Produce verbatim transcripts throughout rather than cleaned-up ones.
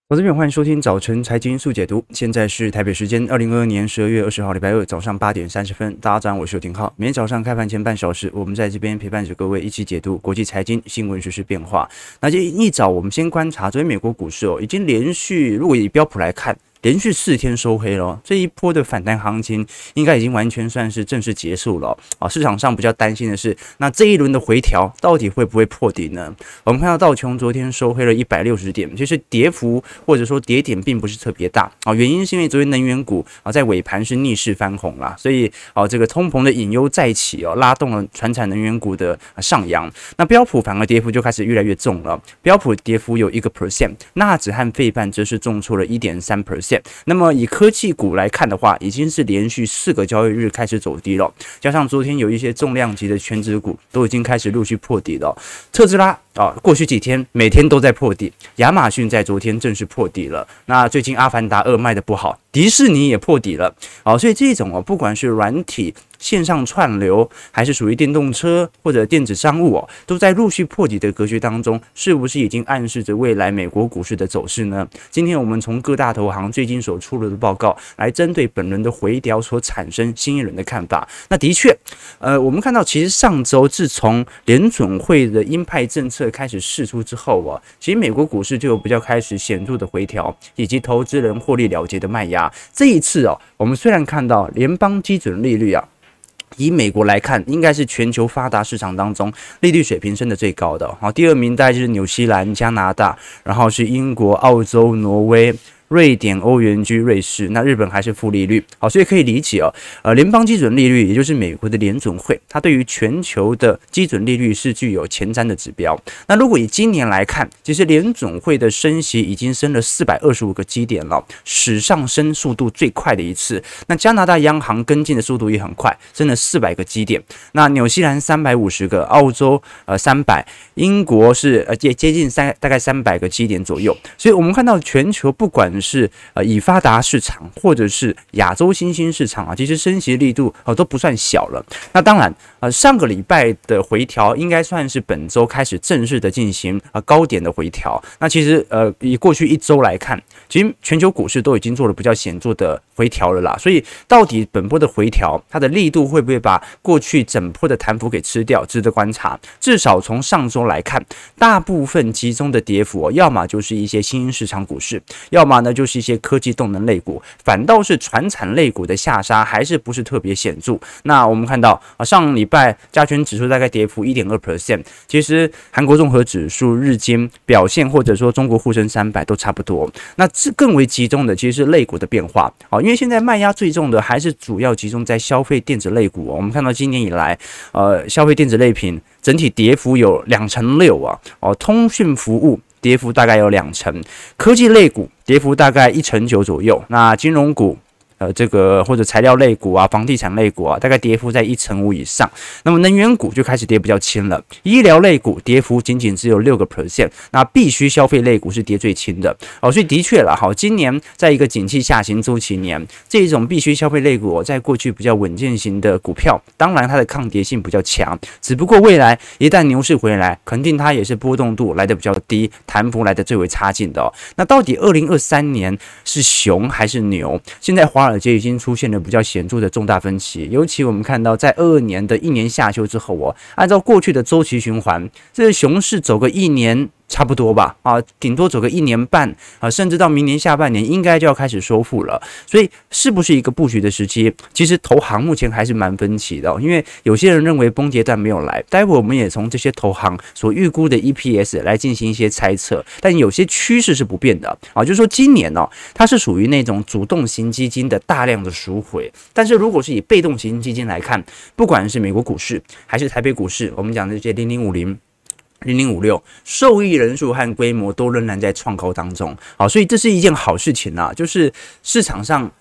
我这边欢迎收听早晨财经速解读，现在是台北时间二零二二年十二月二十号礼拜二早上八点三十分，大家早上我是邱廷浩。每天早上开盘前半小时，我们在这边陪伴着各位一起解读国际财经新闻、时事变化。那就一早我们先观察，昨天美国股市哦，已经连续，如果以标普来看，连续四天收黑了，这一波的反弹行情应该已经完全算是正式结束了啊！市场上比较担心的是，那这一轮的回调到底会不会破底呢？我们看到道琼昨天收黑了一百六十点，其实跌幅或者说跌点并不是特别大啊，原因是因为昨天能源股啊在尾盘是逆势翻红啦，所以啊这个通膨的隐忧再起哦，拉动了传产能源股的上扬。那标普反而跌幅就开始越来越重了，标普跌幅有一个 percent， 纳指和费半则是重挫了一点三 percent。那么以科技股来看的话，已经是连续四个交易日开始走低了，加上昨天有一些重量级的全指股都已经开始陆续破底了。特斯拉啊，过去几天每天都在破底，亚马逊在昨天正式破底了。那最近阿凡达二卖的不好，迪士尼也破底了。好，所以这种哦，不管是软体、线上串流，还是属于电动车或者电子商务哦，都在陆续破底的格局当中，是不是已经暗示着未来美国股市的走势呢？今天我们从各大投行最近所出炉的报告，来针对本轮的回调所产生新一轮的看法。那的确，呃，我们看到其实上周自从联准会的鹰派政策开始释出之后啊，其实美国股市就有比较开始显著的回调，以及投资人获利了结的卖压。这一次哦，我们虽然看到联邦基准利率啊，以美国来看，应该是全球发达市场当中利率水平升的最高的。好，第二名大概就是纽西兰、加拿大，然后是英国、澳洲、挪威、瑞典、欧元区、瑞士，那日本还是负利率。好，所以可以理解哦，呃，联邦基准利率，也就是美国的联准会，它对于全球的基准利率是具有前瞻的指标。那如果以今年来看，其实联准会的升息已经升了四百二十五个基点了，史上升速度最快的一次。那加拿大央行跟进的速度也很快，升了四百个基点。那纽西兰三百五十个，澳洲呃三百，英国是呃接接近三大概三百个基点左右。所以我们看到全球不管是呃已发达市场或者是亚洲新兴市场啊，其实升息力度哦都不算小了。那当然呃上个礼拜的回调应该算是本周开始正式的进行呃高点的回调。那其实呃以过去一周来看，其实全球股市都已经做了比较显著的回调了啦。所以到底本波的回调它的力度会不会把过去整波的弹幅给吃掉，值得观察。至少从上周来看，大部分集中的跌幅哦，要么就是一些新兴市场股市，要么呢就是一些科技动能类股，反倒是传产类股的下杀还是不是特别显著。那我们看到啊，上礼拜加权指数大概跌幅 百分之一点二， 其实韩国综合指数、日经表现或者说中国沪深三百都差不多。那这更为集中的其实是类股的变化啊，因为现在卖压最重的还是主要集中在消费电子类股。我们看到今年以来，呃，消费电子类品整体跌幅有两成六啊，哦，通讯服务跌幅大概有两成，科技类股跌幅大概一成九左右，那金融股。呃，这个或者材料类股啊、房地产类股啊，大概跌幅在一成五以上。那么能源股就开始跌比较轻了，医疗类股跌幅仅仅只有六个 percent。那必须消费类股是跌最轻的哦，所以的确啦，好，今年在一个景气下行周期年，这一种必须消费类股、哦、在过去比较稳健型的股票，当然它的抗跌性比较强，只不过未来一旦牛市回来，肯定它也是波动度来的比较低，弹幅来的最为差劲的哦。那到底二零二三年是熊还是牛？现在华尔街已经出现了比较显著的重大分歧，尤其我们看到在二二年的一年下修之后哦，按照过去的周期循环，这个熊市走个一年差不多吧，啊，顶多走个一年半啊，甚至到明年下半年应该就要开始收复了。所以是不是一个布局的时期？其实投行目前还是蛮分歧的、哦，因为有些人认为崩跌段没有来，待会我们也从这些投行所预估的 E P S 来进行一些猜测，但有些趋势是不变的啊，就是说今年呢、哦，它是属于那种主动型基金的大量的赎回，但是如果是以被动型基金来看，不管是美国股市还是台北股市，我们讲的这些零零五零。零零五六受益人数和规模都仍然在创高当中，好，所以这是一件好事情啊，就是市场上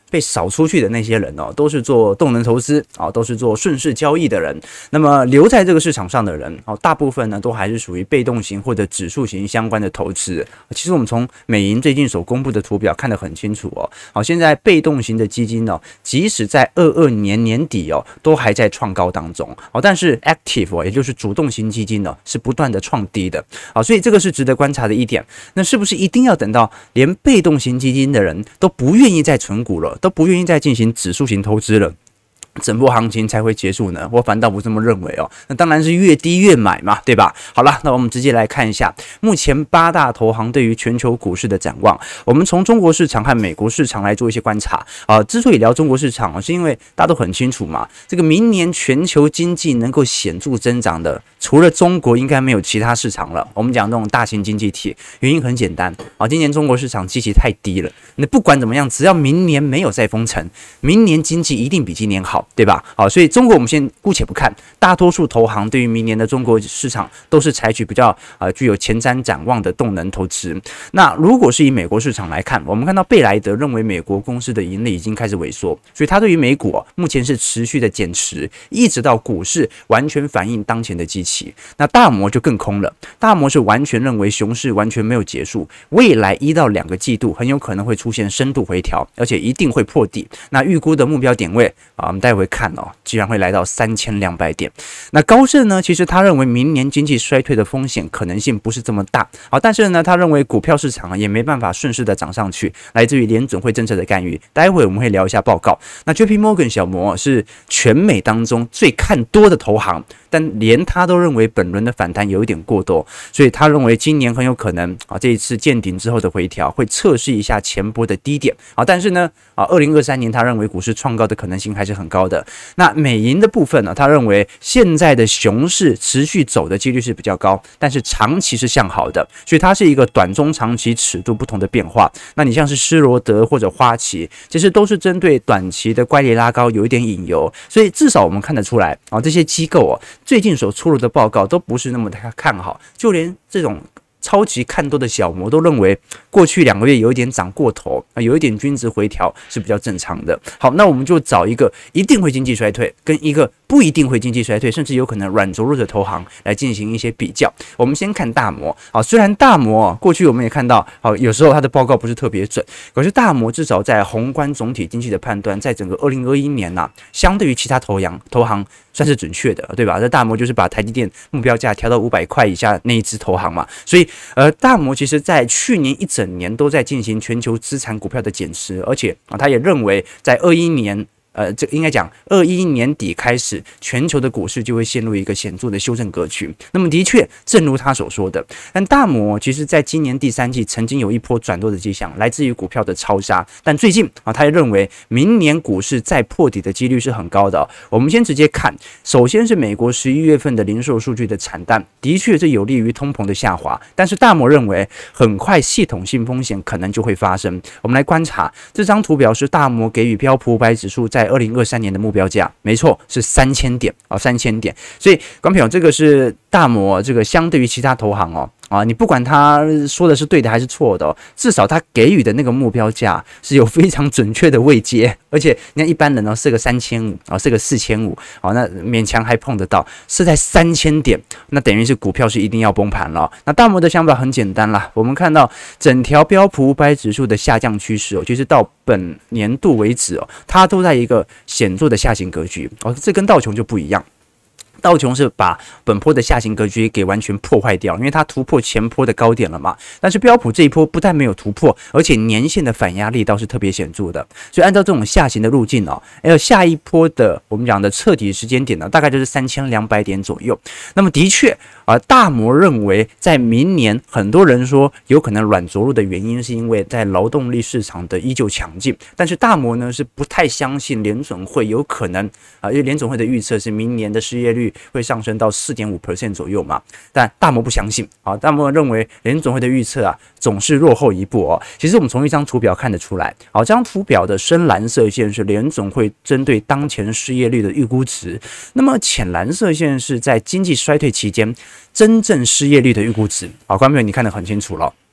被扫出去的那些人哦，都是做动能投资啊，都是做顺势交易的人。那么留在这个市场上的人哦，大部分呢都还是属于被动型或者指数型相关的投资。其实我们从美银最近所公布的图表看得很清楚哦。好，现在被动型的基金哦，即使在二二年年底哦，都还在创高当中。好，但是 active 哦，也就是主动型基金呢，是不断的创低的。好，所以这个是值得观察的一点。那是不是一定要等到连被动型基金的人都不愿意再存股了，都不愿意再进行指数型投资了，整波行情才会结束呢？我反倒不这么认为哦。那当然是越低越买嘛，对吧？好了，那我们直接来看一下目前八大投行对于全球股市的展望。我们从中国市场和美国市场来做一些观察啊。之所以聊中国市场，是因为大家都很清楚嘛，这个明年全球经济能够显著增长的，除了中国，应该没有其他市场了。我们讲这种大型经济体，原因很简单啊，今年中国市场基期太低了。那不管怎么样，只要明年没有再封城，明年经济一定比今年好，对吧？好，所以中国我们先姑且不看，大多数投行对于明年的中国市场都是采取比较呃具有前瞻展望的动能投资。那如果是以美国市场来看，我们看到贝莱德认为美国公司的盈利已经开始萎缩，所以他对于美股、哦、目前是持续的减持，一直到股市完全反映当前的基期。那大摩就更空了，大摩是完全认为熊市完全没有结束，未来一到两个季度很有可能会出现深度回调，而且一定会破底。那预估的目标点位啊，我们待会看哦，居然会来到三千两百点。那高盛呢，其实他认为明年经济衰退的风险可能性不是这么大，好，但是呢，他认为股票市场也没办法顺势的涨上去，来自于联准会政策的干预。待会我们会聊一下报告。那 J P Morgan 小摩是全美当中最看多的投行，但连他都认为本轮的反弹有一点过多，所以他认为今年很有可能啊，这一次见顶之后的回调会测试一下前波的低点啊，但是呢啊，二零二三年他认为股市创高的可能性还是很高的。那美银的部分呢，他认为现在的熊市持续走的几率是比较高，但是长期是向好的，所以它是一个短中长期尺度不同的变化。那你像是施罗德或者花旗，其实都是针对短期的乖离拉高有一点隐忧，所以至少我们看得出来啊，这些机构哦，最近所出炉的报告都不是那么的看好，就连这种超级看多的小摩都认为过去两个月有一点涨过头，有一点均值回调是比较正常的。好，那我们就找一个一定会经济衰退跟一个不一定会经济衰退，甚至有可能软着陆的投行来进行一些比较。我们先看大摩，好，虽然大摩过去我们也看到，好，有时候它的报告不是特别准，可是大摩至少在宏观总体经济的判断，在整个二零二一年呐、啊，相对于其他投行投行算是准确的，对吧？这大摩就是把台积电目标价调到五百块以下那一支投行嘛，所以呃，大摩其实在去年一整年都在进行全球资产股票的减持，而且啊，他也认为在二一年。呃，这应该讲，二一年底开始，全球的股市就会陷入一个显著的修正格局。那么，的确，正如他所说的，但大摩其实在今年第三季曾经有一波转弱的迹象，来自于股票的超杀。但最近啊，他也认为明年股市再破底的几率是很高的、哦。我们先直接看，首先是美国十一月份的零售数据的惨淡，的确是有利于通膨的下滑。但是大摩认为，很快系统性风险可能就会发生。我们来观察这张图表，是大摩给予标普五百指数在二零二三年的目标价，没错，是三千点啊，三千点。所以，观众朋友，这个是大摩这个相对于其他投行哦。啊，你不管他说的是对的还是错的、哦，至少他给予的那个目标价是有非常准确的位阶，而且你看一般人哦是个三千五啊，是个四千五，好，那勉强还碰得到，是在三千点，那等于是股票是一定要崩盘了、哦。那大摩的想法很简单啦，我们看到整条标普五百指数的下降趋势哦，就是到本年度为止哦，它都在一个显著的下行格局哦，这跟道琼就不一样。道琼是把本波的下行格局给完全破坏掉，因为它突破前波的高点了嘛。但是标普这一波不但没有突破，而且年线的反压力倒是特别显著的。所以按照这种下行的路径哦，还有下一波的我们讲的彻底时间点呢，大概就是三千两百点左右。那么的确啊、呃，大摩认为在明年，很多人说有可能软着陆的原因是因为在劳动力市场的依旧强劲，但是大摩呢是不太相信联准会有可能啊、呃，因为联准会的预测是明年的失业率会上升到 百分之四点五 左右嘛，但大摩不相信啊，大摩认为联准会的预测啊总是落后一步哦。其实我们从一张图表看得出来，好，这张图表的深蓝色线是联准会针对当前失业率的预估值，那么浅蓝色线是在经济衰退期间真正失业率的预估值。好，观众朋友你看得很清楚了。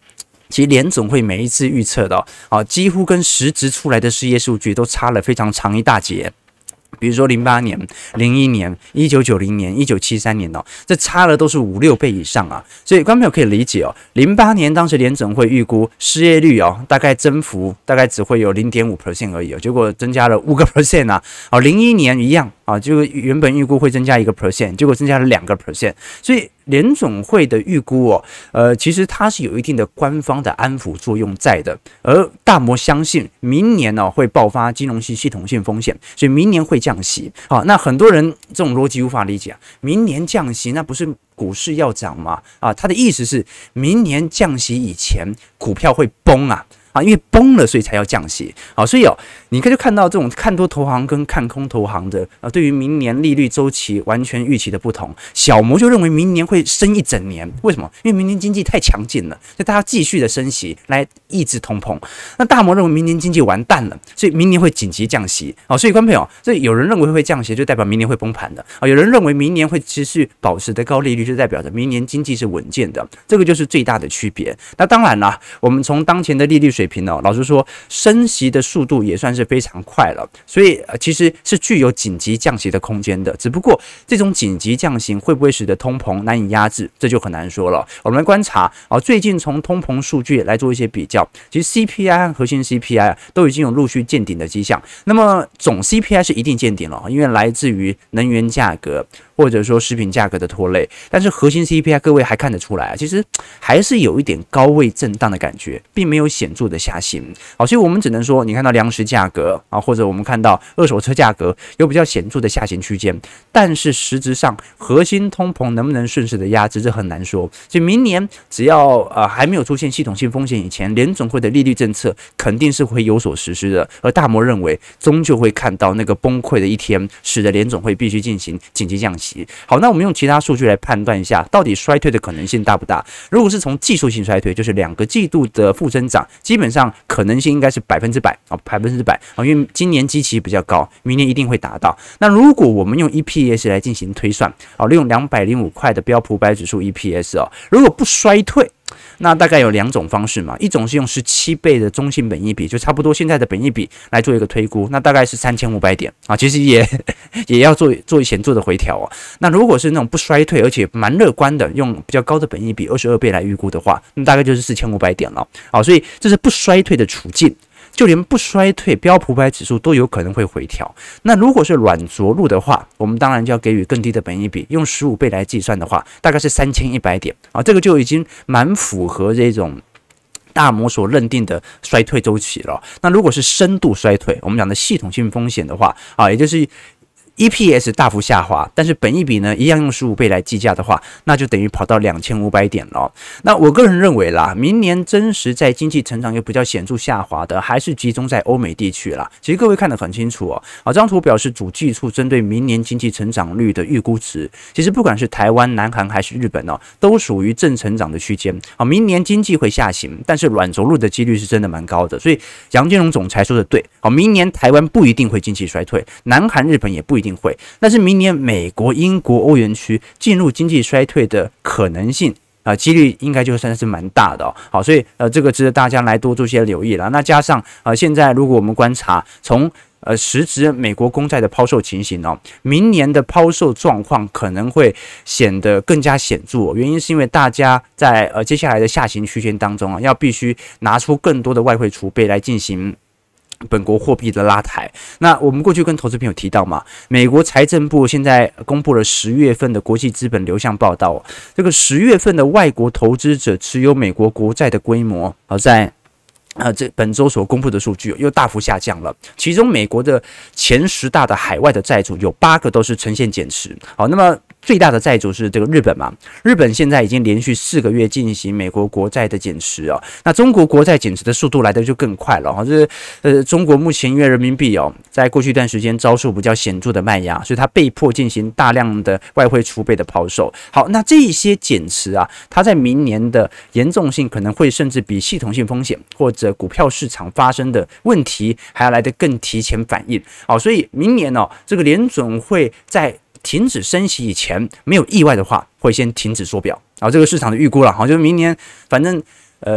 其实联总会每一次预测的啊，几乎跟实质出来的失业数据都差了非常长一大截。比如说零八年、零一年、一九九零年、一九七三年哦，这差了都是五六倍以上啊。所以观众朋友可以理解哦，零八年当时联总会预估失业率哦，大概增幅大概只会有 百分之零点五 而已哦，结果增加了 百分之五 啊。哦，零一年一样啊，就原本预估会增加一个 percent， 结果增加了两个 percent， 所以联总会的预估哦，呃，其实它是有一定的官方的安抚作用在的。而大摩相信明年呢、哦、会爆发金融系系统性风险，所以明年会降息。好、哦，那很多人这种逻辑无法理解啊，明年降息那不是股市要涨吗？啊，他的意思是明年降息以前股票会崩啊。啊，因为崩了，所以才要降息。好，所以哦，你可以就看到这种看多投行跟看空投行的啊，对于明年利率周期完全预期的不同。小摩就认为明年会升一整年，为什么？因为明年经济太强劲了，所以大家继续的升息来抑制通膨。那大摩认为明年经济完蛋了，所以明年会紧急降息。好，所以观众朋友，这有人认为会降息，就代表明年会崩盘的啊；有人认为明年会持续保持的高利率，就代表着明年经济是稳健的。这个就是最大的区别。那当然啦，我们从当前的利率水平哦，老实说，升息的速度也算是非常快了，所以、呃、其实是具有紧急降息的空间的。只不过这种紧急降息会不会使得通膨难以压制，这就很难说了。我们来观察啊，最近从通膨数据来做一些比较，其实 C P I 和核心 C P I 都已经有陆续见顶的迹象。那么总 C P I 是一定见顶了，因为来自于能源价格或者说食品价格的拖累，但是核心 C P I 各位还看得出来，其实还是有一点高位震荡的感觉，并没有显著的下行。好，所以我们只能说，你看到粮食价格啊，或者我们看到二手车价格有比较显著的下行区间，但是实质上核心通膨能不能顺势的压制，这很难说。所以明年只要呃还没有出现系统性风险以前，联总会的利率政策肯定是会有所实施的。而大摩认为，终究会看到那个崩溃的一天，使得联总会必须进行紧急降息。好，那我们用其他数据来判断一下，到底衰退的可能性大不大？如果是从技术性衰退，就是两个季度的负增长，基本上可能性应该是百分之百啊，百分之百啊，因为今年基期比较高，明年一定会达到。那如果我们用 E P S 来进行推算啊，利用两百零五块的标普五百指数 E P S 哦，如果不衰退，那大概有两种方式嘛，一种是用十七倍的中性本益比，就差不多现在的本益比来做一个推估，那大概是三千五百点啊，其实也也要做做显著的回调哦。那如果是那种不衰退而且蛮乐观的，用比较高的本益比二十二倍来预估的话，那大概就是四千五百点了啊，所以这是不衰退的处境。就连不衰退，标普五百指数都有可能会回调。那如果是软着陆的话，我们当然就要给予更低的本益比，用十五倍来计算的话，大概是三千一百点啊，这个就已经蛮符合这种大摩所认定的衰退周期了。那如果是深度衰退，我们讲的系统性风险的话啊，也就是E P S 大幅下滑，但是本益比呢一样用十五倍来计价的话，那就等于跑到两千五百点了。那我个人认为啦，明年真实在经济成长又比较显著下滑的，还是集中在欧美地区啦。其实各位看得很清楚哦。啊，这张图表示主计处针对明年经济成长率的预估值，其实不管是台湾、南韩还是日本哦，都属于正成长的区间。啊，明年经济会下行，但是软着陆的几率是真的蛮高的。所以杨金龙总裁说的对，啊，明年台湾不一定会经济衰退，南韩、日本也不一定。一定会，但是明年美国、英国、欧元区进入经济衰退的可能性啊，几率应该就算是蛮大的哦。好，所以呃，这个值得大家来多做些留意了。那加上呃，现在如果我们观察从呃实质美国公债的抛售情形哦，明年的抛售状况可能会显得更加显著哦。原因是因为大家在呃接下来的下行区间当中啊，要必须拿出更多的外汇储备来进行本国货币的拉抬。那我们过去跟投资朋友提到嘛，美国财政部现在公布了十月份的国际资本流向报道，这个十月份的外国投资者持有美国国债的规模，好在呃，这本周所公布的数据又大幅下降了。其中，美国的前十大的海外的债主有八个都是呈现减持。好，那么最大的债主是这个日本嘛？日本现在已经连续四个月进行美国国债的减持哦。那中国国债减持的速度来的就更快了哈。这呃，中国目前因为人民币哦，在过去一段时间遭受比较显著的卖压，所以它被迫进行大量的外汇储备的抛售。好，那这一些减持啊，它在明年的严重性可能会甚至比系统性风险或者股票市场发生的问题还要来得更提前反应。好，所以明年哦，这个联准会在停止升息以前，没有意外的话，会先停止缩表。好，这个市场的预估了，好，就是明年反正呃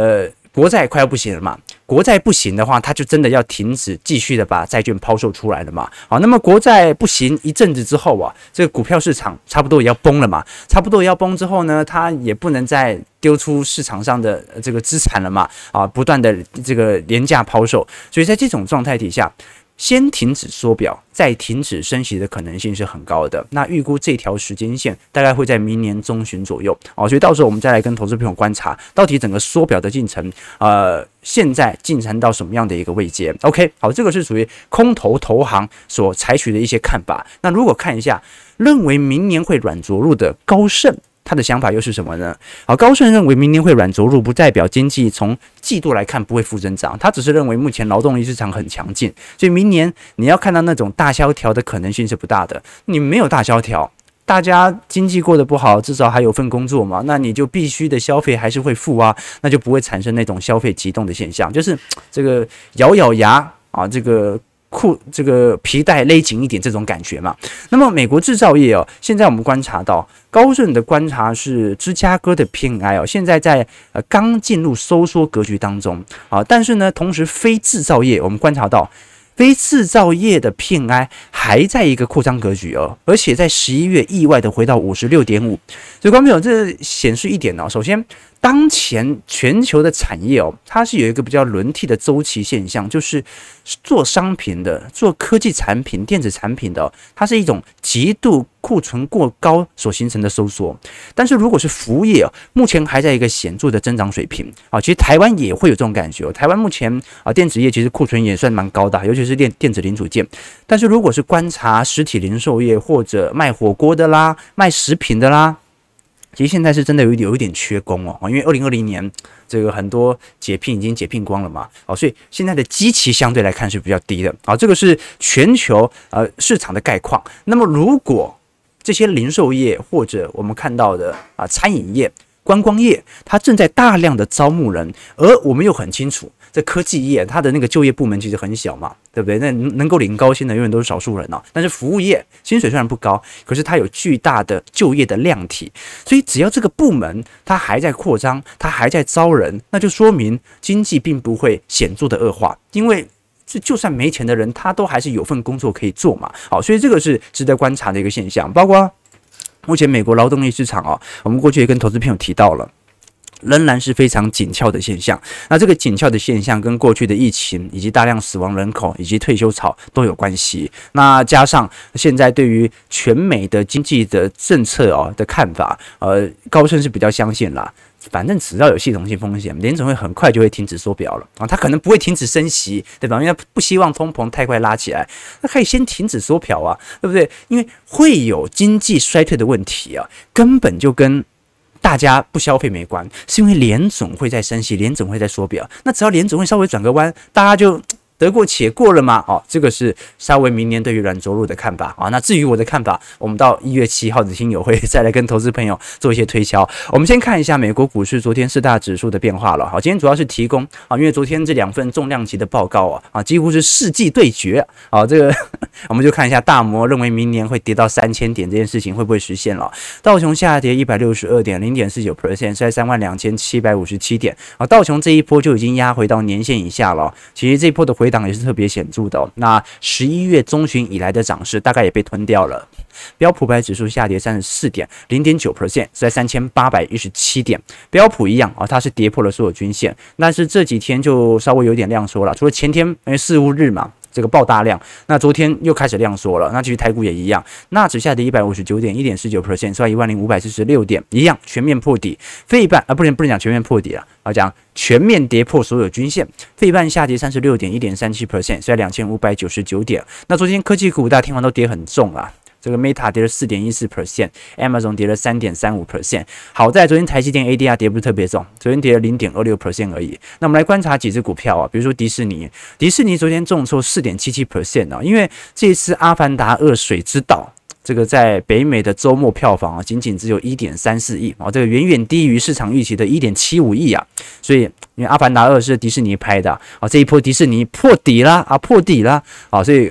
国债快要不行了嘛，国债不行的话，它就真的要停止继续的把债券抛售出来了嘛。好，那么国债不行一阵子之后啊，这个股票市场差不多也要崩了嘛，差不多也要崩之后呢，它也不能再丢出市场上的这个资产了嘛，啊，不断的这个廉价抛售，所以在这种状态底下，先停止缩表，再停止升息的可能性是很高的。那预估这条时间线大概会在明年中旬左右哦，所以到时候我们再来跟投资朋友观察，到底整个缩表的进程，呃，现在进程到什么样的一个位阶 ？OK， 好，这个是属于空头投行所采取的一些看法。那如果看一下，认为明年会软着陆的高盛，他的想法又是什么呢？好，高盛认为明年会软着陆，不代表经济从季度来看不会负增长，他只是认为目前劳动力市场很强劲，所以明年你要看到那种大萧条的可能性是不大的。你没有大萧条，大家经济过得不好，至少还有份工作嘛，那你就必须的消费还是会付啊，那就不会产生那种消费急动的现象，就是这个咬咬牙啊，这个。裤这个皮带勒紧一点这种感觉嘛。那么美国制造业哦，现在我们观察到高盛的观察是芝加哥的 P M I 哦，现在在呃刚进入收缩格局当中啊，但是呢，同时非制造业我们观察到。非制造业的 P M I 还在一个扩张格局哦，而且在十一月意外的回到 五十六点五， 所以观众朋友，这显示一点哦，首先当前全球的产业哦，它是有一个比较轮替的周期现象，就是做商品的、做科技产品、电子产品的、哦，它是一种极度库存过高所形成的收缩。但是如果是服务业哦，目前还在一个显著的增长水平啊。其实台湾也会有这种感觉哦，台湾目前啊电子业其实库存也算蛮高的，尤其是电电子零组件。但是如果是观察实体零售业或者卖火锅的啦、卖食品的啦。其实现在是真的有一点有一点缺工哦，因为二零二零年这个很多解聘已经解聘光了嘛，哦，所以现在的基期相对来看是比较低的，啊，这个是全球呃市场的概况。那么如果这些零售业或者我们看到的啊餐饮业、观光业，它正在大量的招募人，而我们又很清楚。这科技业它的那个就业部门其实很小嘛，对不对？那能够领高薪的永远都是少数人哦。但是服务业薪水虽然不高，可是它有巨大的就业的量体，所以只要这个部门它还在扩张，它还在招人，那就说明经济并不会显著的恶化，因为这就算没钱的人，他都还是有份工作可以做嘛。好，所以这个是值得观察的一个现象。包括目前美国劳动力市场哦，我们过去也跟投资朋友提到了。仍然是非常紧俏的现象。那这个紧俏的现象跟过去的疫情以及大量死亡人口以及退休潮都有关系。那加上现在对于全美的经济的政策哦的看法，呃，高盛是比较相信啦。反正只要有系统性风险，联准会很快就会停止缩表了啊，它可能不会停止升息，对吧？因为它不希望通膨太快拉起来，那可以先停止缩表啊，对不对？因为会有经济衰退的问题啊，根本就跟大家不消费没关，是因为联总会在升息，联总会在缩表。那只要联总会稍微转个弯，大家就得过且过了嘛。哦，这个是稍微明年对于软着陆的看法啊。那至于我的看法，我们到一月七号的听友会再来跟投资朋友做一些推敲。我们先看一下美国股市昨天四大指数的变化了。好，今天主要是提供啊，因为昨天这两份重量级的报告啊，啊几乎是世纪对决啊。这个我们就看一下大摩认为明年会跌到三千点这件事情会不会实现了？道琼下跌一百六十二点，零点四九 percent， 是在三万两千七百五十七点啊。道琼这一波就已经压回到年线以下了。其实这一波的回档也是特别显著的哦。那十一月中旬以来的涨势大概也被吞掉了。标普百指数下跌三十四点，零点九 percent， 是在三千八百一十七点。标普一样啊，它是跌破了所有均线，但是这几天就稍微有点量缩了。除了前天因为四五日嘛。这个爆大量，那昨天又开始量缩了。那其实台股也一样，纳指下跌一百五十九点，一点四九 percent， 收在一万零五百四十六点，一样全面破底。费半啊，不能不能讲全面破底了，要讲全面跌破所有均线。费半下跌三十六点，一点三七 percent， 收在两千五百九十九点。那昨天科技股大家听完都跌很重啊。这个 Meta 跌了 四点一四 percent，Amazon 跌了 三点三五 percent。好在昨天台积电 A D R 跌不是特别重，昨天跌了 零点二六 percent 而已。那我们来观察几只股票啊，比如说迪士尼，迪士尼昨天重挫 四点七七 percent 啊，因为这一次《阿凡达二：水之道》这个在北美的周末票房啊，仅仅只有 一点三四亿啊，这个远远低于市场预期的 一点七五亿啊。所以因为《阿凡达二》是迪士尼拍的啊，这一波迪士尼破底啦啊，破底啦啊，所以。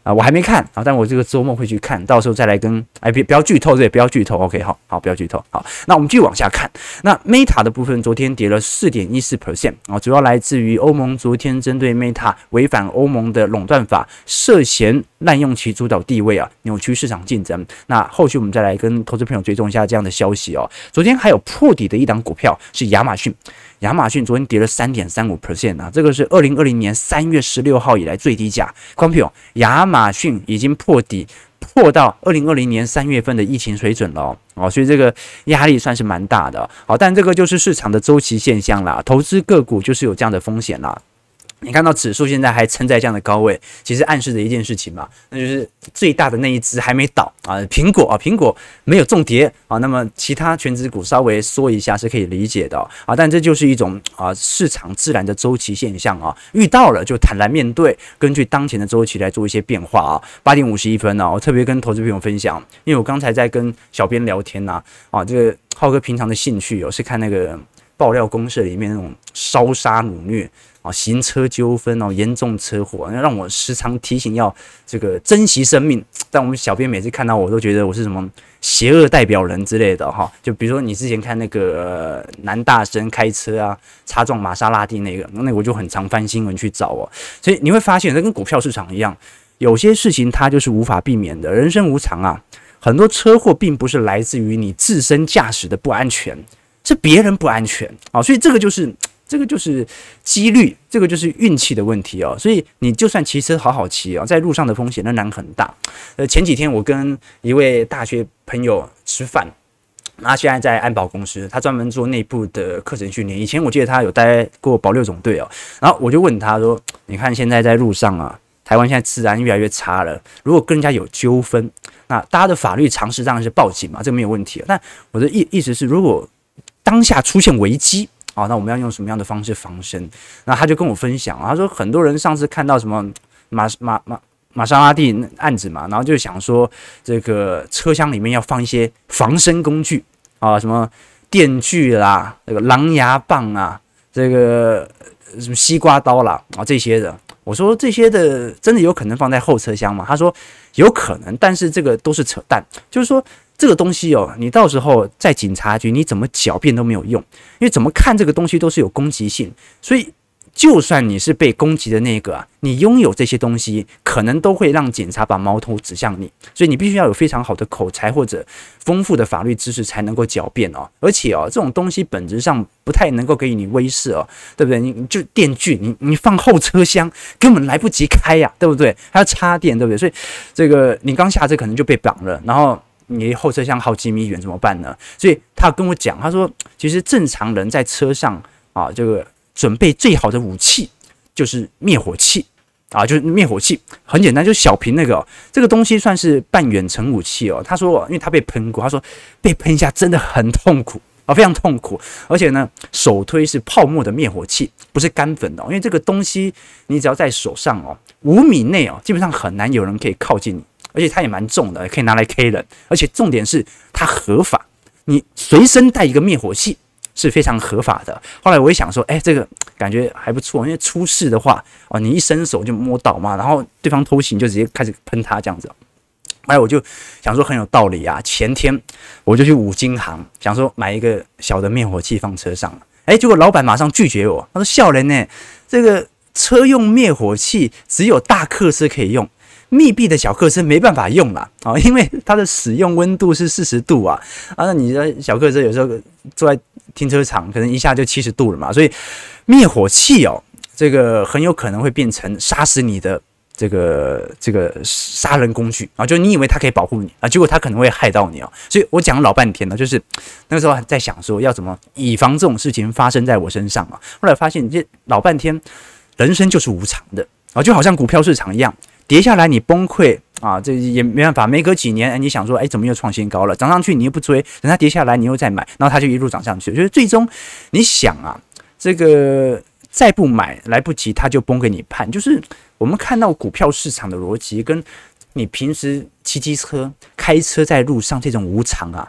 啊，我还没看啊，但我这个周末会去看，到时候再来跟哎，别不要剧透，对，不要剧透 ，OK， 好好，不要剧透，好，那我们继续往下看。那 Meta 的部分昨天跌了 百分之四点一四 啊，主要来自于欧盟昨天针对 Meta 违反欧盟的垄断法，涉嫌滥用其主导地位啊，扭曲市场竞争。那后续我们再来跟投资朋友追踪一下这样的消息哦。昨天还有破底的一档股票是亚马逊。亚马逊昨天跌了 百分之三点三五 啊，这个是二零二零年三月十六号以来最低价。观众朋友，亚马逊已经破底，破到二零二零年三月份的疫情水准了哦，哦，所以这个压力算是蛮大的。好，但这个就是市场的周期现象啦，投资个股就是有这样的风险啦。你看到指数现在还撑在这样的高位，其实暗示着一件事情嘛，那就是最大的那一只还没倒啊，苹果啊，苹果没有重跌啊，那么其他全指股稍微缩一下是可以理解的啊，但这就是一种啊市场自然的周期现象啊，遇到了就坦然面对，根据当前的周期来做一些变化啊。八点五十一分呢、啊，我特别跟投资朋友分享，因为我刚才在跟小编聊天呐、啊，啊，这个浩哥平常的兴趣哦是看那个爆料公社里面那种烧杀掳掠。啊，行车纠纷哦，严重车祸，让我时常提醒要这个珍惜生命。但我们小编每次看到我都觉得我是什么邪恶代表人之类的哈。就比如说你之前看那个、呃、男大生开车啊，擦撞玛莎拉蒂那个，那个我就很常翻新闻去找哦。所以你会发现，这跟股票市场一样，有些事情它就是无法避免的，人生无常啊。很多车祸并不是来自于你自身驾驶的不安全，是别人不安全啊。所以这个就是。这个就是几率，这个就是运气的问题哦。所以你就算骑车好好骑哦，在路上的风险仍然很大。呃，前几天我跟一位大学朋友吃饭，他现在在安保公司，他专门做内部的课程训练。以前我记得他有待过保六总队哦。然后我就问他说：“你看现在在路上啊，台湾现在治安越来越差了，如果跟人家有纠纷，那大家的法律常识当然是报警嘛，这个没有问题。但我的意意思是，如果当下出现危机。”好，那我们要用什么样的方式防身？那他就跟我分享，他说很多人上次看到什么玛马马玛莎拉蒂案子嘛，然后就想说这个车厢里面要放一些防身工具啊，什么电锯啦、这个狼牙棒啊、这个什么西瓜刀啦啊这些的。我说这些的真的有可能放在后车厢吗？他说有可能，但是这个都是扯淡，就是说。这个东西哦，你到时候在警察局你怎么狡辩都没有用，因为怎么看这个东西都是有攻击性，所以就算你是被攻击的那个啊，你拥有这些东西，可能都会让警察把矛头指向你，所以你必须要有非常好的口才或者丰富的法律知识才能够狡辩哦。而且哦，这种东西本质上不太能够给予你威慑哦，对不对？你就电锯，你你放后车厢根本来不及开呀、啊，对不对？还要插电，对不对？所以这个你刚下车可能就被绑了，然后。你后车厢好几米远怎么办呢？所以他跟我讲，他说，其实正常人在车上啊，这个准备最好的武器就是灭火器啊，就是灭火器，很简单，就是小瓶那个、哦，这个东西算是半远程武器哦。他说，因为他被喷过，他说被喷一下真的很痛苦啊，非常痛苦，而且呢，手推是泡沫的灭火器，不是干粉的、哦，因为这个东西你只要在手上哦，五米内哦，基本上很难有人可以靠近你。而且它也蛮重的，可以拿来 K 人，而且重点是它合法，你随身带一个灭火器是非常合法的。后来我也想说，哎、欸，这个感觉还不错，因为出事的话，哦，你一伸手就摸到嘛，然后对方偷袭就直接开始喷他这样子。后来我就想说很有道理啊，前天我就去五金行想说买一个小的灭火器放车上，哎、欸，结果老板马上拒绝我，他说笑人呢，这个车用灭火器只有大客车可以用。密闭的小客车没办法用啦，啊，因为它的使用温度是四十度啊，啊，那你的小客车有时候坐在停车场，可能一下就七十度了嘛，所以灭火器哦，这个很有可能会变成杀死你的这个这个杀人工具啊，就你以为它可以保护你啊，结果它可能会害到你哦，所以我讲了老半天呢，就是那个时候在想说要怎么以防这种事情发生在我身上啊，后来发现这老半天人生就是无常的啊，就好像股票市场一样。跌下来你崩溃啊，这也没办法。没隔几年，你想说，哎，怎么又创新高了？涨上去你又不追，等它跌下来你又再买，然后它就一路涨上去。就是最终你想啊，这个再不买来不及，它就崩给你判。就是我们看到股票市场的逻辑，跟你平时骑机车、开车在路上这种无常啊，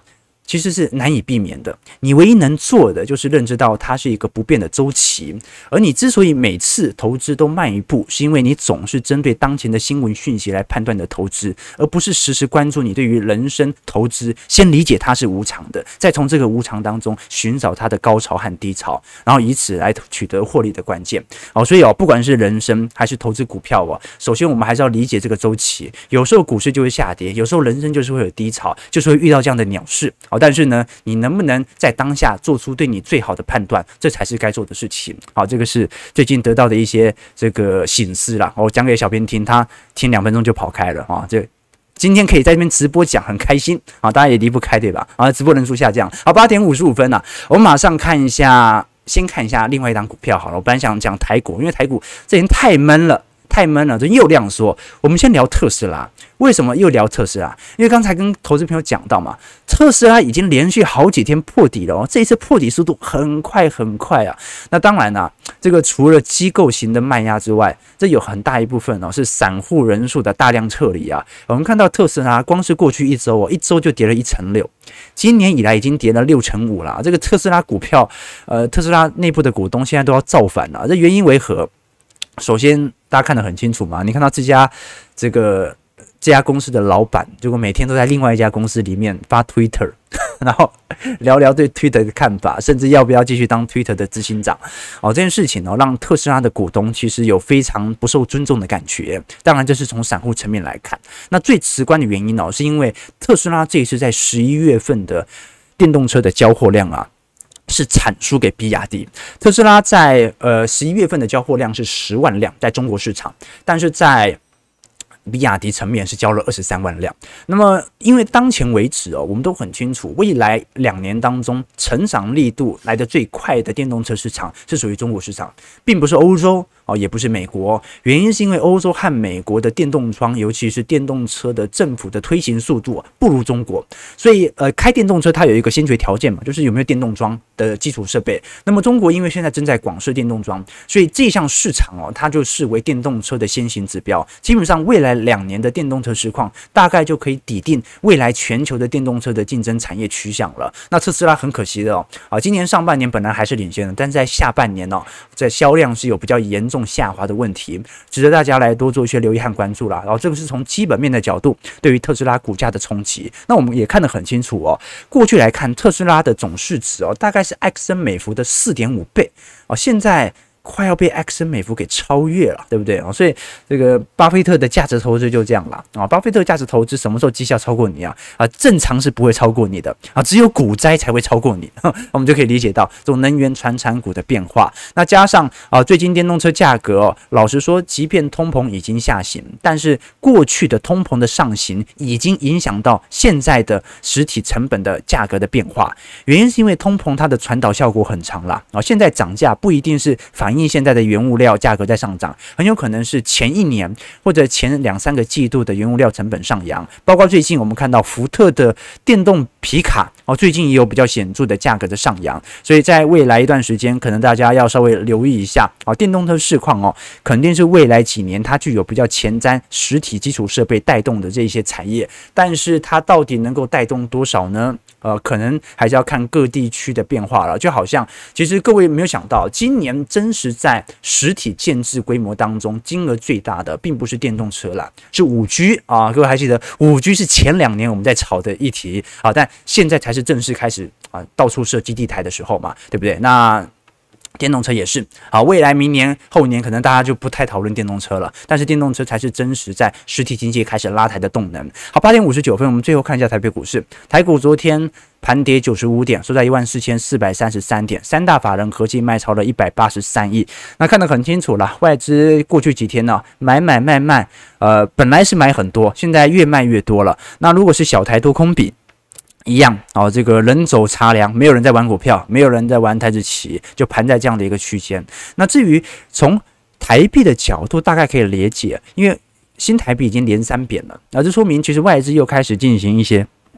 其实是难以避免的。你唯一能做的就是认知到它是一个不变的周期，而你之所以每次投资都慢一步，是因为你总是针对当前的新闻讯息来判断的投资，而不是时时关注你对于人生投资，先理解它是无常的，再从这个无常当中寻找它的高潮和低潮，然后以此来取得获利的关键。哦，所以哦，不管是人生还是投资股票哦，首先我们还是要理解这个周期。有时候股市就会下跌，有时候人生就是会有低潮，就是会遇到这样的鸟事。好，但是呢，你能不能在当下做出对你最好的判断，这才是该做的事情。好，这个是最近得到的一些这个省思啦。我讲给小编听，他听两分钟就跑开了啊。这今天可以在这边直播讲，很开心啊，大家也离不开对吧？啊，直播人数下降，好，八点五十五分啊，我们马上看一下，先看一下另外一档股票好了。我本来想讲台股，因为台股这已经太闷了。太闷了，这又量缩。我们先聊特斯拉，为什么又聊特斯拉？因为刚才跟投资朋友讲到嘛，特斯拉已经连续好几天破底了哦，这一次破底速度很快很快啊。那当然啦、啊，这个除了机构型的卖压之外，这有很大一部分哦是散户人数的大量撤离啊。我们看到特斯拉光是过去一周哦，一周就跌了一成六，今年以来已经跌了六成五了。这个特斯拉股票，呃，特斯拉内部的股东现在都要造反了，这原因为何？首先，大家看得很清楚嘛，你看到这家这个这家公司的老板，结果每天都在另外一家公司里面发 Twitter， 然后聊聊对 Twitter 的看法，甚至要不要继续当 Twitter 的执行长。哦，这件事情哦，让特斯拉的股东其实有非常不受尊重的感觉。当然，这是从散户层面来看。那最直观的原因哦，是因为特斯拉这一次在十一月份的电动车的交货量啊，是惨输给比亚迪。特斯拉在呃十一月份的交货量是十万辆，在中国市场，但是在比亚迪层面是交了二十三万辆。那么，因为当前为止哦，我们都很清楚，未来两年当中成长力度来得最快的电动车市场是属于中国市场，并不是欧洲。哦，也不是美国，原因是因为欧洲和美国的电动窗，尤其是电动车的政府的推行速度不如中国，所以呃，开电动车它有一个先决条件嘛，就是有没有电动桩的基础设备。那么中国因为现在正在广设电动桩，所以这项市场哦，它就视为电动车的先行指标。基本上未来两年的电动车实况，大概就可以抵定未来全球的电动车的竞争产业趋向了。那特斯拉很可惜的哦，啊，今年上半年本来还是领先的，但是在下半年哦，在销量是有比较严重下滑的问题，值得大家来多做一些留意和关注啦。然后这个是从基本面的角度对于特斯拉股价的冲击。那我们也看得很清楚哦，过去来看特斯拉的总市值哦，大概是埃克森美孚的 四点五 倍哦，现在快要被埃克森美孚给超越了，对不对啊？所以这个巴菲特的价值投资就这样了啊！巴菲特价值投资什么时候绩效超过你啊？啊，正常是不会超过你的啊，只有股灾才会超过你。我们就可以理解到这种能源传产股的变化。那加上啊，最近电动车价格哦，老实说，即便通膨已经下行，但是过去的通膨的上行已经影响到现在的实体成本的价格的变化。原因是因为通膨它的传导效果很长啦啊，现在涨价不一定是反映现在的原物料价格在上涨，很有可能是前一年或者前两三个季度的原物料成本上扬，包括最近我们看到福特的电动皮卡哦，最近也有比较显著的价格的上扬，所以在未来一段时间，可能大家要稍微留意一下哦，电动车市况哦，肯定是未来几年它具有比较前瞻实体基础设备带动的这些产业，但是它到底能够带动多少呢？呃，可能还是要看各地区的变化了。就好像，其实各位没有想到，今年真实在实体建制规模当中，金额最大的并不是电动车啦，是 五 G 啊。各位还记得 五 G 是前两年我们在炒的议题啊，但现在才是正式开始啊，到处设基地台的时候嘛，对不对？那电动车也是啊，未来明年后年可能大家就不太讨论电动车了，但是电动车才是真实在实体经济开始拉抬的动能。好，八点五十九分，我们最后看一下台北股市，台股昨天盘跌九十五点，收在一万四千四百三十三点，三大法人合计卖超了一百八十三亿。那看得很清楚了，外资过去几天呢、啊、买买卖卖，呃，本来是买很多，现在越卖越多了。那如果是小台多空比一样哦，这个人走茶凉，没有人在玩股票，没有人在玩台指期，就盘在这样的一个区间。那至于从台币的角度，大概可以理解，因为新台币已经连三贬了，那这说明其实外资又开始进行一些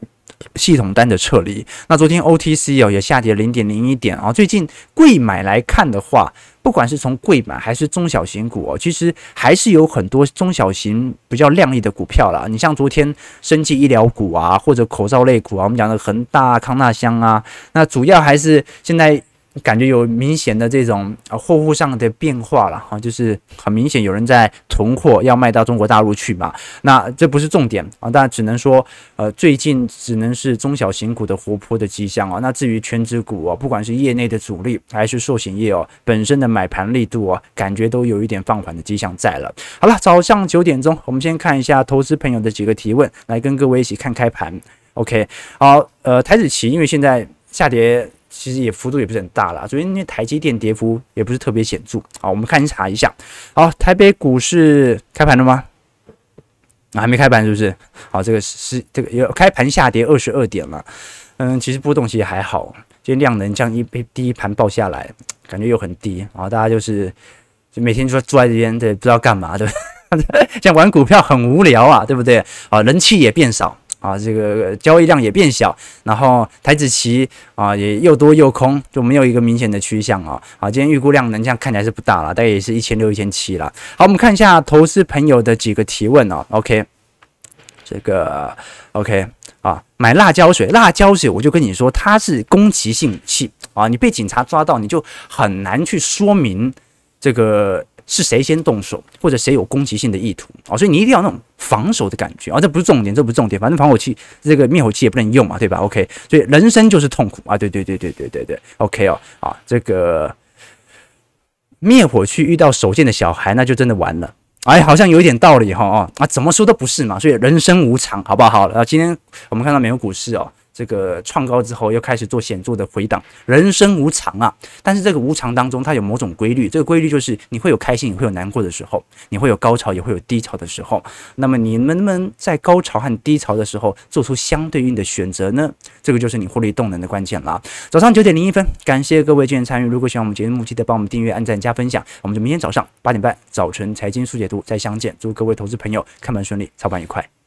系统单的撤离。那昨天 O T C 哦也下跌零点零一点啊。最近贵买来看的话，不管是从贵买还是中小型股哦，其实还是有很多中小型比较亮丽的股票啦。你像昨天生技医疗股啊，或者口罩类股啊，我们讲的恒大、康那香啊，那主要还是现在感觉有明显的这种啊货物上的变化了哈，就是很明显有人在囤货要卖到中国大陆去嘛。那这不是重点啊，但只能说呃最近只能是中小型股的活泼的迹象啊。那至于全指股哦，不管是业内的主力还是寿险业哦，本身的买盘力度哦，感觉都有一点放缓的迹象在了。好了，早上九点钟，我们先看一下投资朋友的几个提问，来跟各位一起看开盘。OK， 好，呃，台指期因为现在下跌。其实也幅度也不是很大啦，昨天因为台积电跌幅也不是特别显著。好，我们看查一下。好，台北股市开盘了吗？啊，还没开盘是不是？好，这个是这个有开盘下跌二十二点了。嗯，其实波动其实还好，今天量能这样一被第一盘爆下来，感觉又很低，然后大家就是就每天就坐在这边，对，不知道干嘛，对，像玩股票很无聊啊，对不对？啊，人气也变少。啊，这个交易量也变小，然后台指期啊也又多又空，就没有一个明显的趋向啊。好，今天预估量能这样看起来是不大了，大概也是一千六、一千七了。好，我们看一下投资朋友的几个提问哦。OK， 这个 OK 啊，买辣椒水，辣椒水我就跟你说，它是攻击性武器啊，你被警察抓到，你就很难去说明这个。是谁先动手，或者谁有攻击性的意图啊、哦？所以你一定要那种防守的感觉啊、哦！这不是重点，这不是重点，反正防火器这个灭火器也不能用嘛，对吧 ？OK， 所以人生就是痛苦啊！对对对对对对对 ，OK 哦啊，这个灭火器遇到手贱的小孩，那就真的完了。哎，好像有一点道理哈哦啊，怎么说都不是嘛，所以人生无常，好不好？好了，今天我们看到美国股市哦。这个创高之后又开始做显著的回档，人生无常啊！但是这个无常当中，它有某种规律，这个规律就是你会有开心，也会有难过的时候，你会有高潮，也会有低潮的时候。那么你能不能在高潮和低潮的时候做出相对应的选择呢？这个就是你获利动能的关键啦。早上九点零一分，感谢各位今天参与。如果喜欢我们节目，记得帮我们订阅、按赞、加分享。我们就明天早上八点半早晨财经速解读再相见。祝各位投资朋友看盘顺利，操盘愉快。